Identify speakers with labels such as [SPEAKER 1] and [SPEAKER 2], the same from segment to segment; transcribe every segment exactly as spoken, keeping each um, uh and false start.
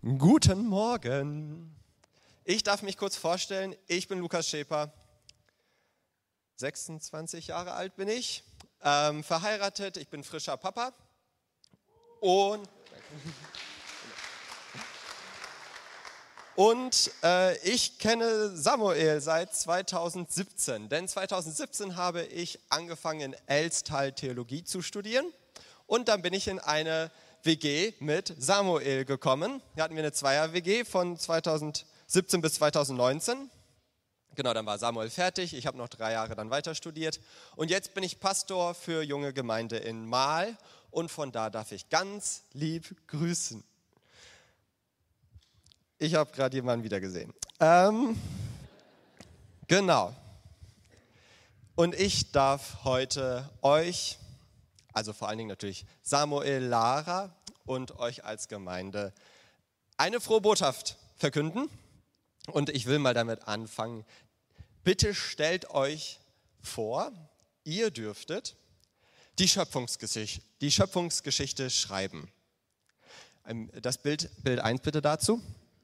[SPEAKER 1] Guten Morgen. Ich darf mich kurz vorstellen, ich bin Lukas Schäper, sechsundzwanzig Jahre alt bin ich, ähm, verheiratet, ich bin frischer Papa und, und äh, ich kenne Samuel seit zweitausendsiebzehn, denn zweitausendsiebzehn habe ich angefangen in Elstal Theologie zu studieren und dann bin ich in eine W G mit Samuel gekommen. Hier hatten wir eine Zweier-W G von zweitausendsiebzehn bis zweitausendneunzehn. Genau, dann war Samuel fertig. Ich habe noch drei Jahre dann weiter studiert. Und jetzt bin ich Pastor für junge Gemeinde in Mahl. Und von da darf ich ganz lieb grüßen. Ich habe gerade jemanden wiedergesehen. Ähm, genau. Und ich darf heute euch, also vor allen Dingen natürlich Samuel, Lara und euch als Gemeinde eine frohe Botschaft verkünden. Und ich will mal damit anfangen. Bitte stellt euch vor, ihr dürftet die Schöpfungsgeschichte, die Schöpfungsgeschichte schreiben. Das Bild, Bild eins bitte dazu.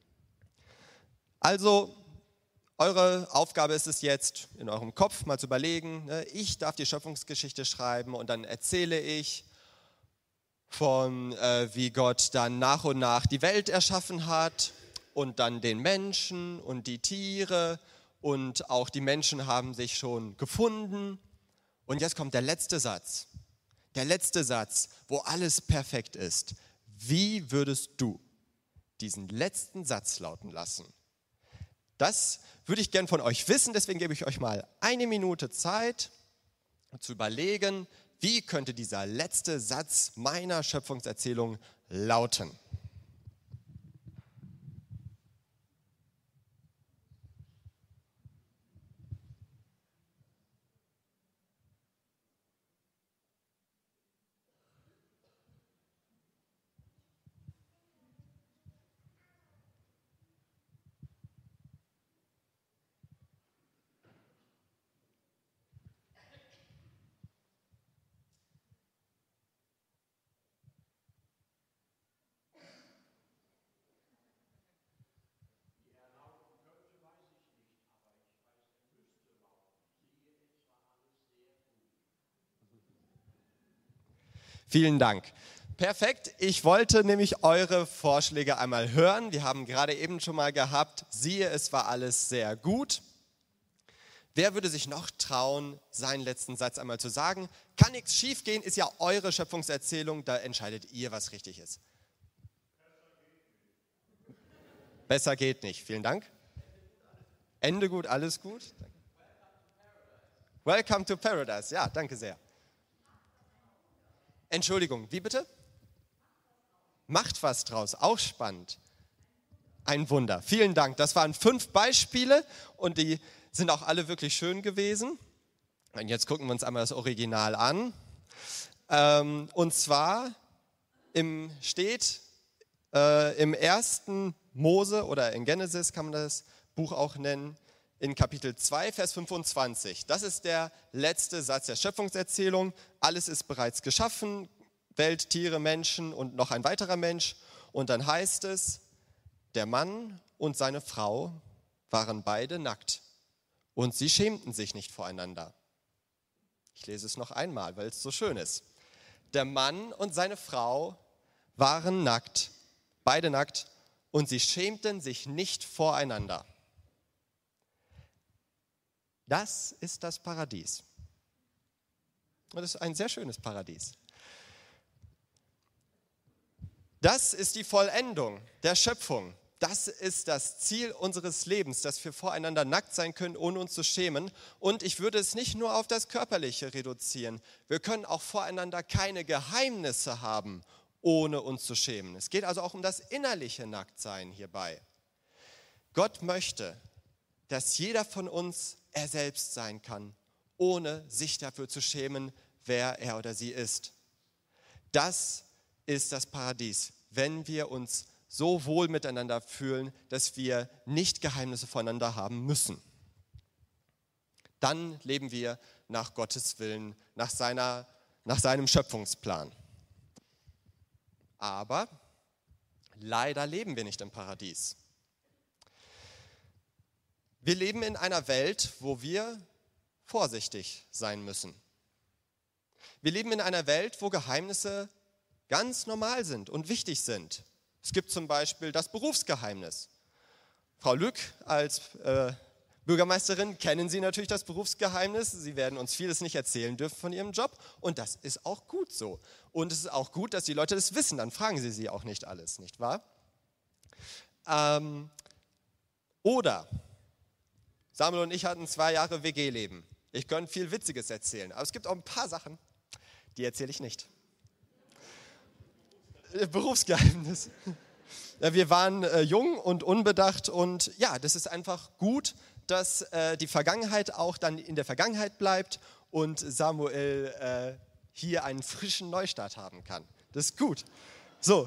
[SPEAKER 1] Also, eure Aufgabe ist es jetzt, in eurem Kopf mal zu überlegen, ich darf die Schöpfungsgeschichte schreiben und dann erzähle ich von, äh, wie Gott dann nach und nach die Welt erschaffen hat und dann den Menschen und die Tiere und auch die Menschen haben sich schon gefunden. Und jetzt kommt der letzte Satz, der letzte Satz, wo alles perfekt ist. Wie würdest du diesen letzten Satz lauten lassen? Das würde ich gern von euch wissen, deswegen gebe ich euch mal eine Minute Zeit zu überlegen, wie könnte dieser letzte Satz meiner Schöpfungserzählung lauten. Vielen Dank. Perfekt. Ich wollte nämlich eure Vorschläge einmal hören. Wir haben gerade eben schon mal gehabt, siehe, es war alles sehr gut. Wer würde sich noch trauen, seinen letzten Satz einmal zu sagen? Kann nichts schiefgehen, ist ja eure Schöpfungserzählung, da entscheidet ihr, was richtig ist. Besser geht nicht. Vielen Dank. Ende gut, alles gut. Welcome to Paradise. Ja, danke sehr. Entschuldigung, wie bitte? Macht was draus, auch spannend. Ein Wunder, vielen Dank. Das waren fünf Beispiele und die sind auch alle wirklich schön gewesen. Und jetzt gucken wir uns einmal das Original an. Ähm, und zwar im, steht äh, im ersten Mose oder in Genesis kann man das Buch auch nennen, in Kapitel zwei, Vers fünfundzwanzig. Das ist der letzte Satz der Schöpfungserzählung. Alles ist bereits geschaffen, Welt, Tiere, Menschen und noch ein weiterer Mensch. Und dann heißt es, der Mann und seine Frau waren beide nackt und sie schämten sich nicht voreinander. Ich lese es noch einmal, weil es so schön ist. Der Mann und seine Frau waren nackt, beide nackt und sie schämten sich nicht voreinander. Das ist das Paradies. Und das ist ein sehr schönes Paradies. Das ist die Vollendung der Schöpfung. Das ist das Ziel unseres Lebens, dass wir voreinander nackt sein können, ohne uns zu schämen. Und ich würde es nicht nur auf das Körperliche reduzieren. Wir können auch voreinander keine Geheimnisse haben, ohne uns zu schämen. Es geht also auch um das innerliche Nacktsein hierbei. Gott möchte, dass jeder von uns er selbst sein kann, ohne sich dafür zu schämen, wer er oder sie ist. Das ist das Paradies, wenn wir uns so wohl miteinander fühlen, dass wir nicht Geheimnisse voneinander haben müssen. Dann leben wir nach Gottes Willen, nach, seiner, nach seinem Schöpfungsplan. Aber Leider leben wir nicht im Paradies. Wir leben in einer Welt, wo wir vorsichtig sein müssen. Wir leben in einer Welt, wo Geheimnisse ganz normal sind und wichtig sind. Es gibt zum Beispiel das Berufsgeheimnis. Frau Lück als äh, Bürgermeisterin kennen Sie natürlich das Berufsgeheimnis. Sie werden uns vieles nicht erzählen dürfen von Ihrem Job und das ist auch gut so. Und es ist auch gut, dass die Leute das wissen, dann fragen Sie sie auch nicht alles, nicht wahr? Ähm, oder Samuel und ich hatten zwei Jahre W G-Leben. Ich könnte viel Witziges erzählen, aber es gibt auch ein paar Sachen, die erzähle ich nicht. Berufsgeheimnis. Ja, wir waren äh, jung und unbedacht und ja, das ist einfach gut, dass äh, die Vergangenheit auch dann in der Vergangenheit bleibt und Samuel äh, hier einen frischen Neustart haben kann. Das ist gut. So.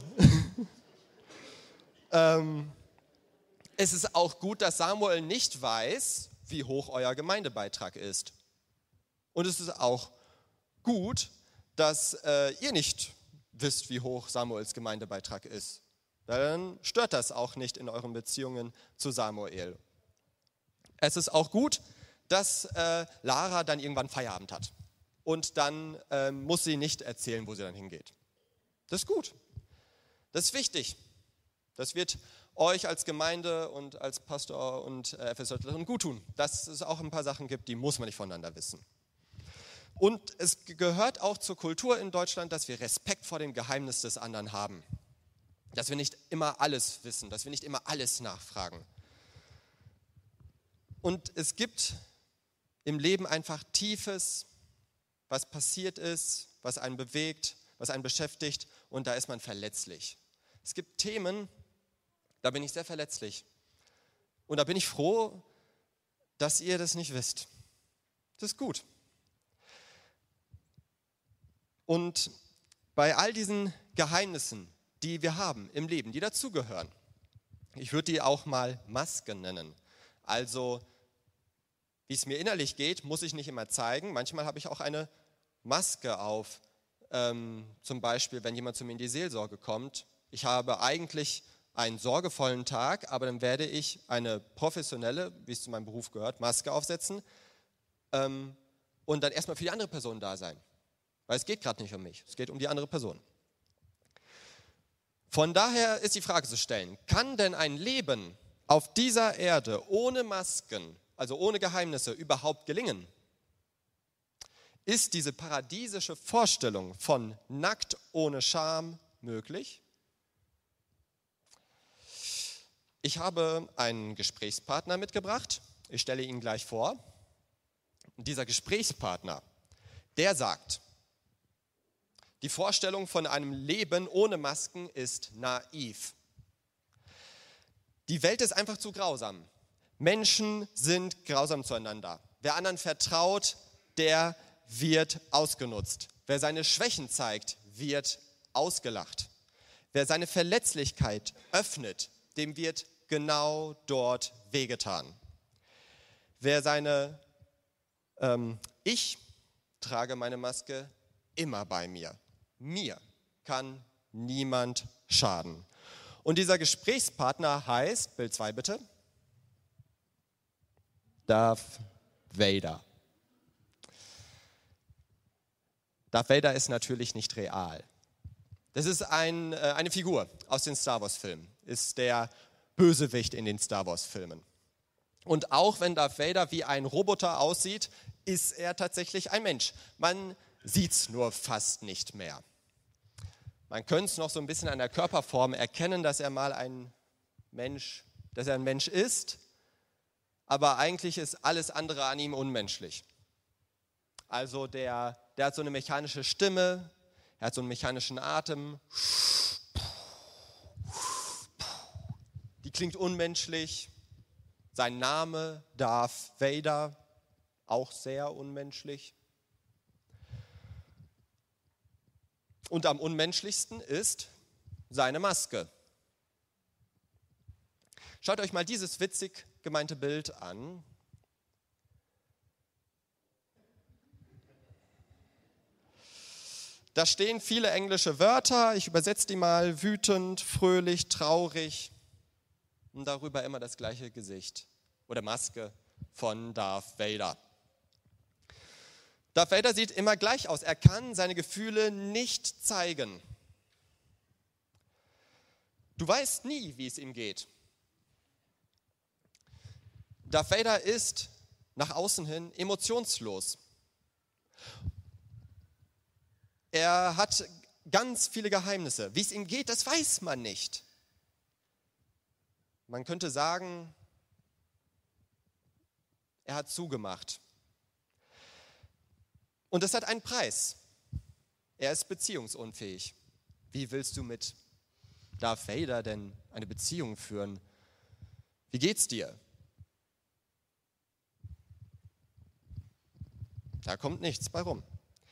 [SPEAKER 1] ähm, es ist auch gut, dass Samuel nicht weiß, wie hoch euer Gemeindebeitrag ist. Und es ist auch gut, dass äh, ihr nicht wisst, wie hoch Samuels Gemeindebeitrag ist. Dann stört das auch nicht in euren Beziehungen zu Samuel. Es ist auch gut, dass äh, Lara dann irgendwann Feierabend hat. Und dann äh, muss sie nicht erzählen, wo sie dann hingeht. Das ist gut. Das ist wichtig. Das wird euch als Gemeinde und als Pastor und äh, F S J-Lerin gut tun. Dass es auch ein paar Sachen gibt, die muss man nicht voneinander wissen. Und es gehört auch zur Kultur in Deutschland, dass wir Respekt vor dem Geheimnis des anderen haben. Dass wir nicht immer alles wissen, dass wir nicht immer alles nachfragen. Und es gibt im Leben einfach Tiefes, was passiert ist, was einen bewegt, was einen beschäftigt und da ist man verletzlich. Es gibt Themen, da bin ich sehr verletzlich. Und da bin ich froh, dass ihr das nicht wisst. Das ist gut. Und bei all diesen Geheimnissen, die wir haben im Leben, die dazugehören, ich würde die auch mal Masken nennen. Also, wie es mir innerlich geht, muss ich nicht immer zeigen. Manchmal habe ich auch eine Maske auf. Ähm, zum Beispiel, wenn jemand zu mir in die Seelsorge kommt. Ich habe eigentlich einen sorgevollen Tag, aber dann werde ich eine professionelle, wie es zu meinem Beruf gehört, Maske aufsetzen ähm, und dann erstmal für die andere Person da sein. Weil es geht gerade nicht um mich, es geht um die andere Person. Von daher ist die Frage zu stellen, kann denn ein Leben auf dieser Erde ohne Masken, also ohne Geheimnisse, überhaupt gelingen? Ist diese paradiesische Vorstellung von nackt ohne Scham möglich? Ich habe einen Gesprächspartner mitgebracht, ich stelle ihn gleich vor. Dieser Gesprächspartner, der sagt, die Vorstellung von einem Leben ohne Masken ist naiv. Die Welt ist einfach zu grausam. Menschen sind grausam zueinander. Wer anderen vertraut, der wird ausgenutzt. Wer seine Schwächen zeigt, wird ausgelacht. Wer seine Verletzlichkeit öffnet, dem wird genau dort wehgetan. Wer seine, ähm, ich trage meine Maske immer bei mir. Mir kann niemand schaden. Und dieser Gesprächspartner heißt, Bild zwei bitte, Darth Vader. Darth Vader ist natürlich nicht real. Das ist ein, äh, eine Figur aus den Star Wars-Filmen, ist der Bösewicht in den Star Wars-Filmen. Und auch wenn Darth Vader wie ein Roboter aussieht, ist er tatsächlich ein Mensch. Man sieht es nur fast nicht mehr. Man könnte es noch so ein bisschen an der Körperform erkennen, dass er mal ein Mensch, dass er ein Mensch ist, aber eigentlich ist alles andere an ihm unmenschlich. Also der, der hat so eine mechanische Stimme, er hat so einen mechanischen Atem. Die klingt unmenschlich. Sein Name, Darth Vader, auch sehr unmenschlich. Und am unmenschlichsten ist seine Maske. Schaut euch mal dieses witzig gemeinte Bild an. Da stehen viele englische Wörter, ich übersetze die mal: wütend, fröhlich, traurig und darüber immer das gleiche Gesicht oder Maske von Darth Vader. Darth Vader sieht immer gleich aus, er kann seine Gefühle nicht zeigen. Du weißt nie, wie es ihm geht. Darth Vader ist nach außen hin emotionslos. Er hat ganz viele Geheimnisse. Wie es ihm geht, das weiß man nicht. Man könnte sagen, er hat zugemacht. Und das hat einen Preis. Er ist beziehungsunfähig. Wie willst du mit Darth Vader denn eine Beziehung führen? Wie geht's dir? Da kommt nichts bei rum.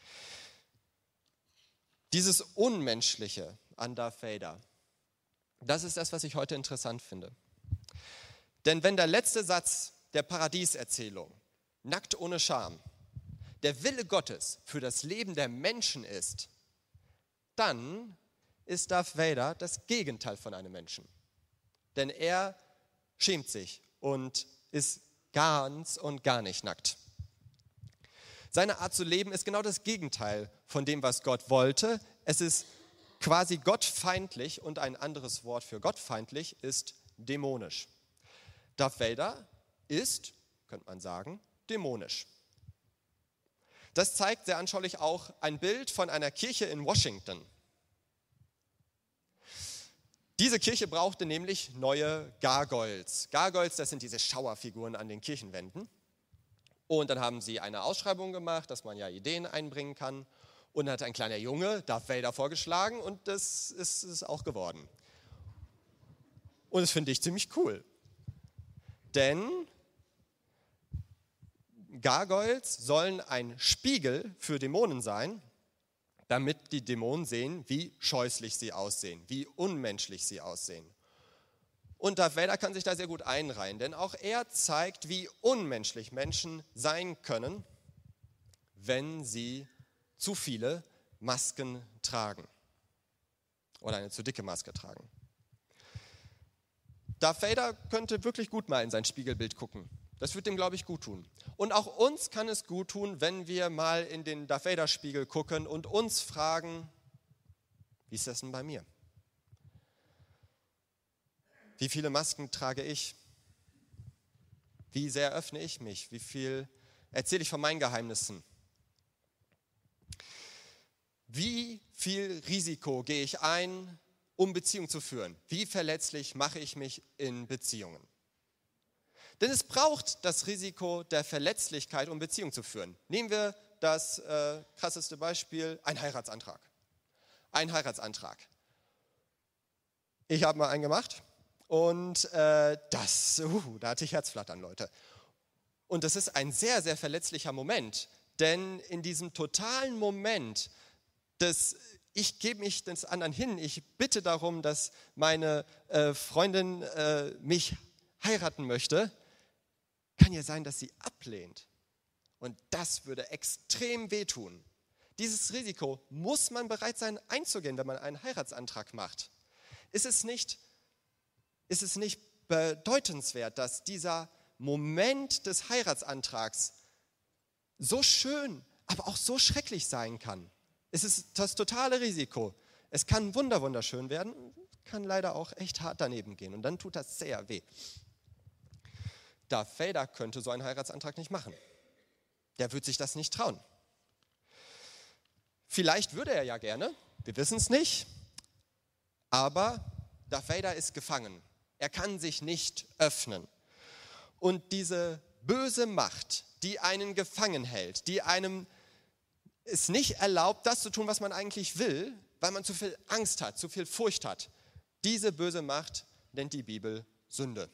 [SPEAKER 1] Dieses Unmenschliche an Darth Vader, das ist das, was ich heute interessant finde. Denn wenn der letzte Satz der Paradieserzählung, nackt ohne Scham, der Wille Gottes für das Leben der Menschen ist, dann ist Darth Vader das Gegenteil von einem Menschen. Denn er schämt sich und ist ganz und gar nicht nackt. Seine Art zu leben ist genau das Gegenteil von dem, was Gott wollte. Es ist quasi gottfeindlich und ein anderes Wort für gottfeindlich ist dämonisch. Darth Vader ist, könnte man sagen, dämonisch. Das zeigt sehr anschaulich auch ein Bild von einer Kirche in Washington. Diese Kirche brauchte nämlich neue Gargoyles. Gargoyles, das sind diese Schauerfiguren an den Kirchenwänden. Und dann haben sie eine Ausschreibung gemacht, dass man ja Ideen einbringen kann. Und dann hat ein kleiner Junge Darth Vader vorgeschlagen und das ist es auch geworden. Und das finde ich ziemlich cool. Denn Gargoyles sollen ein Spiegel für Dämonen sein, damit die Dämonen sehen, wie scheußlich sie aussehen, wie unmenschlich sie aussehen. Und Darth Vader kann sich da sehr gut einreihen, denn auch er zeigt, wie unmenschlich Menschen sein können, wenn sie zu viele Masken tragen oder eine zu dicke Maske tragen. Darth Vader könnte wirklich gut mal in sein Spiegelbild gucken. Das wird ihm, glaube ich, gut tun. Und auch uns kann es gut tun, wenn wir mal in den Darth Vader-Spiegel gucken und uns fragen, wie ist das denn bei mir? Wie viele Masken trage ich? Wie sehr öffne ich mich? Wie viel erzähle ich von meinen Geheimnissen? Wie viel Risiko gehe ich ein, um Beziehungen zu führen? Wie verletzlich mache ich mich in Beziehungen? Denn es braucht das Risiko der Verletzlichkeit, um Beziehungen zu führen. Nehmen wir das äh, krasseste Beispiel, ein Heiratsantrag. Ein Heiratsantrag. Ich habe mal einen gemacht. Und äh, das, uh, da hatte ich Herzflattern, Leute. Und das ist ein sehr, sehr verletzlicher Moment. Denn in diesem totalen Moment des, ich gebe mich des anderen hin, ich bitte darum, dass meine äh, Freundin äh, mich heiraten möchte, kann ja sein, dass sie ablehnt. Und das würde extrem wehtun. Dieses Risiko muss man bereit sein einzugehen, wenn man einen Heiratsantrag macht. Ist es nicht Ist es nicht bedeutenswert, dass dieser Moment des Heiratsantrags so schön, aber auch so schrecklich sein kann? Es ist das totale Risiko. Es kann wunder wunderschön werden, kann leider auch echt hart daneben gehen und dann tut das sehr weh. Darth Vader könnte so einen Heiratsantrag nicht machen. Der würde sich das nicht trauen. Vielleicht würde er ja gerne, wir wissen es nicht, aber Darth Vader ist gefangen. Er kann sich nicht öffnen. Und diese böse Macht, die einen gefangen hält, die einem es nicht erlaubt, das zu tun, was man eigentlich will, weil man zu viel Angst hat, zu viel Furcht hat, diese böse Macht nennt die Bibel Sünde.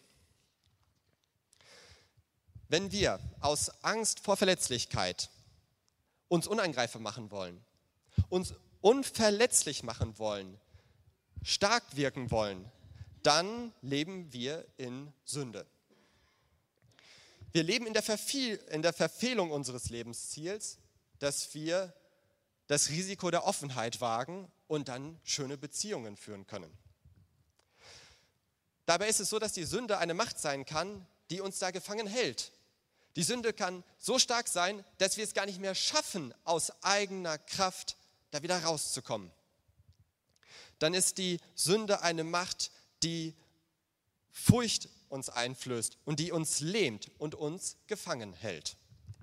[SPEAKER 1] Wenn wir aus Angst vor Verletzlichkeit uns unangreifbar machen wollen, uns unverletzlich machen wollen, stark wirken wollen, dann leben wir in Sünde. Wir leben in der, Verfehl- in der Verfehlung unseres Lebensziels, dass wir das Risiko der Offenheit wagen und dann schöne Beziehungen führen können. Dabei ist es so, dass die Sünde eine Macht sein kann, die uns da gefangen hält. Die Sünde kann so stark sein, dass wir es gar nicht mehr schaffen, aus eigener Kraft da wieder rauszukommen. Dann ist die Sünde eine Macht, die Furcht uns einflößt und die uns lähmt und uns gefangen hält.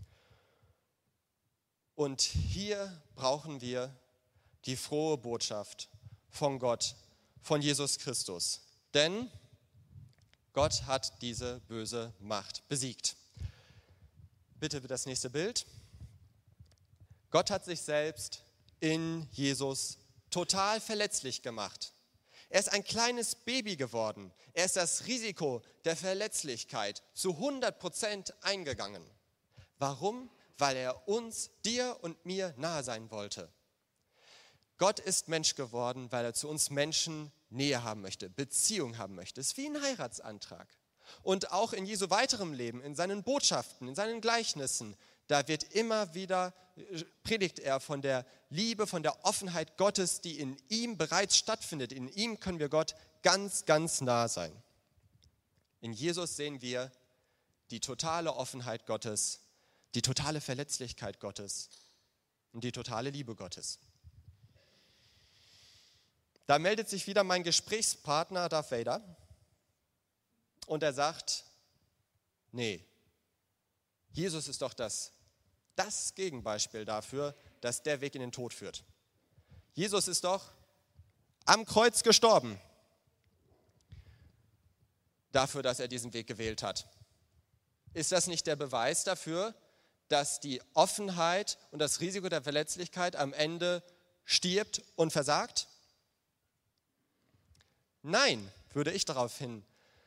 [SPEAKER 1] Und hier brauchen wir die frohe Botschaft von Gott, von Jesus Christus. Denn Gott hat diese böse Macht besiegt. Bitte das nächste Bild. Gott hat sich selbst in Jesus total verletzlich gemacht. Er ist ein kleines Baby geworden. Er ist das Risiko der Verletzlichkeit zu hundert Prozent eingegangen. Warum? Weil er uns, dir und mir nahe sein wollte. Gott ist Mensch geworden, weil er zu uns Menschen Nähe haben möchte, Beziehung haben möchte. Es ist wie ein Heiratsantrag. Und auch in Jesu weiterem Leben, in seinen Botschaften, in seinen Gleichnissen, da wird immer wieder, predigt er von der Liebe, von der Offenheit Gottes, die in ihm bereits stattfindet. In ihm können wir Gott ganz, ganz nah sein. In Jesus sehen wir die totale Offenheit Gottes, die totale Verletzlichkeit Gottes und die totale Liebe Gottes. Da meldet sich wieder mein Gesprächspartner Darth Vader und er sagt, nee, Jesus ist doch das, das Gegenbeispiel dafür, dass der Weg in den Tod führt. Jesus ist doch am Kreuz gestorben dafür, dass er diesen Weg gewählt hat. Ist das nicht der Beweis dafür, dass die Offenheit und das Risiko der Verletzlichkeit am Ende stirbt und versagt? Nein, würde ich daraufhin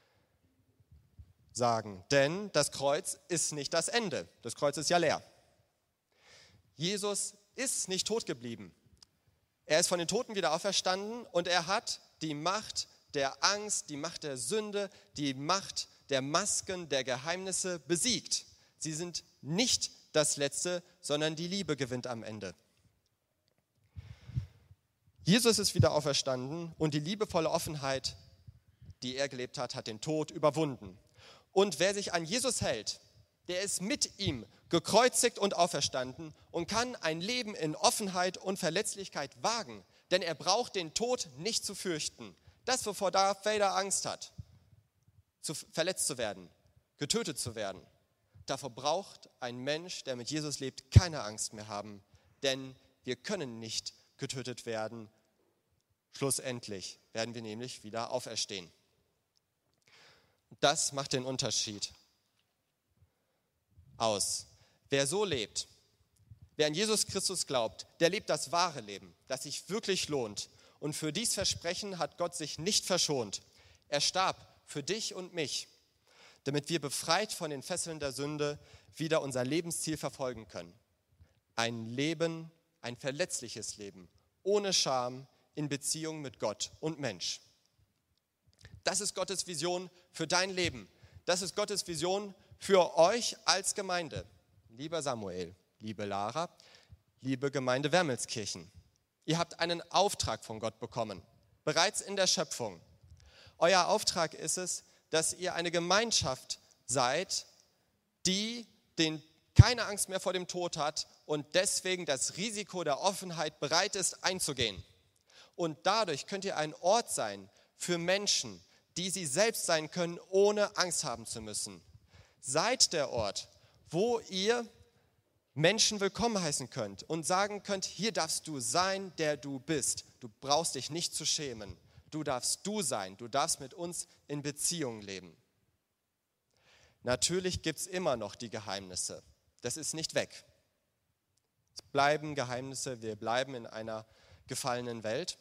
[SPEAKER 1] sagen, denn das Kreuz ist nicht das Ende. Das Kreuz ist ja leer. Jesus ist nicht tot geblieben. Er ist von den Toten wieder auferstanden und er hat die Macht der Angst, die Macht der Sünde, die Macht der Masken, der Geheimnisse besiegt. Sie sind nicht das Letzte, sondern die Liebe gewinnt am Ende. Jesus ist wieder auferstanden und die liebevolle Offenheit, die er gelebt hat, hat den Tod überwunden. Und wer sich an Jesus hält, der ist mit ihm gekreuzigt und auferstanden und kann ein Leben in Offenheit und Verletzlichkeit wagen, denn er braucht den Tod nicht zu fürchten. Das, wovor Darth Vader Angst hat, zu, verletzt zu werden, getötet zu werden, davor braucht ein Mensch, der mit Jesus lebt, keine Angst mehr haben, denn wir können nicht getötet werden. Schlussendlich werden wir nämlich wieder auferstehen. Das macht den Unterschied aus. Wer so lebt, wer an Jesus Christus glaubt, der lebt das wahre Leben, das sich wirklich lohnt. Und für dies Versprechen hat Gott sich nicht verschont. Er starb für dich und mich, damit wir befreit von den Fesseln der Sünde wieder unser Lebensziel verfolgen können. Ein Leben, ein verletzliches Leben, ohne Scham, in Beziehung mit Gott und Mensch. Das ist Gottes Vision für dein Leben. Das ist Gottes Vision für euch als Gemeinde. Lieber Samuel, liebe Lara, liebe Gemeinde Wermelskirchen. Ihr habt einen Auftrag von Gott bekommen, bereits in der Schöpfung. Euer Auftrag ist es, dass ihr eine Gemeinschaft seid, die den, keine Angst mehr vor dem Tod hat und deswegen das Risiko der Offenheit bereit ist einzugehen. Und dadurch könnt ihr ein Ort sein für Menschen, die sie selbst sein können, ohne Angst haben zu müssen. Seid der Ort, wo ihr Menschen willkommen heißen könnt und sagen könnt, hier darfst du sein, der du bist. Du brauchst dich nicht zu schämen. Du darfst du sein. Du darfst mit uns in Beziehung leben. Natürlich gibt es immer noch die Geheimnisse. Das ist nicht weg. Es bleiben Geheimnisse. Wir bleiben in einer gefallenen Welt.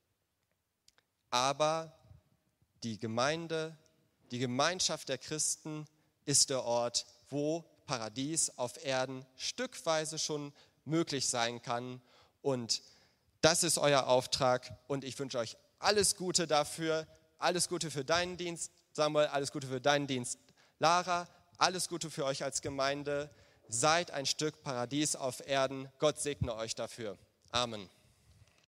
[SPEAKER 1] Aber die Gemeinde, die Gemeinschaft der Christen ist der Ort, wo Paradies auf Erden stückweise schon möglich sein kann. Und das ist euer Auftrag. Und ich wünsche euch alles Gute dafür. Alles Gute für deinen Dienst, Samuel. Alles Gute für deinen Dienst, Lara. Alles Gute für euch als Gemeinde. Seid ein Stück Paradies auf Erden. Gott segne euch dafür. Amen.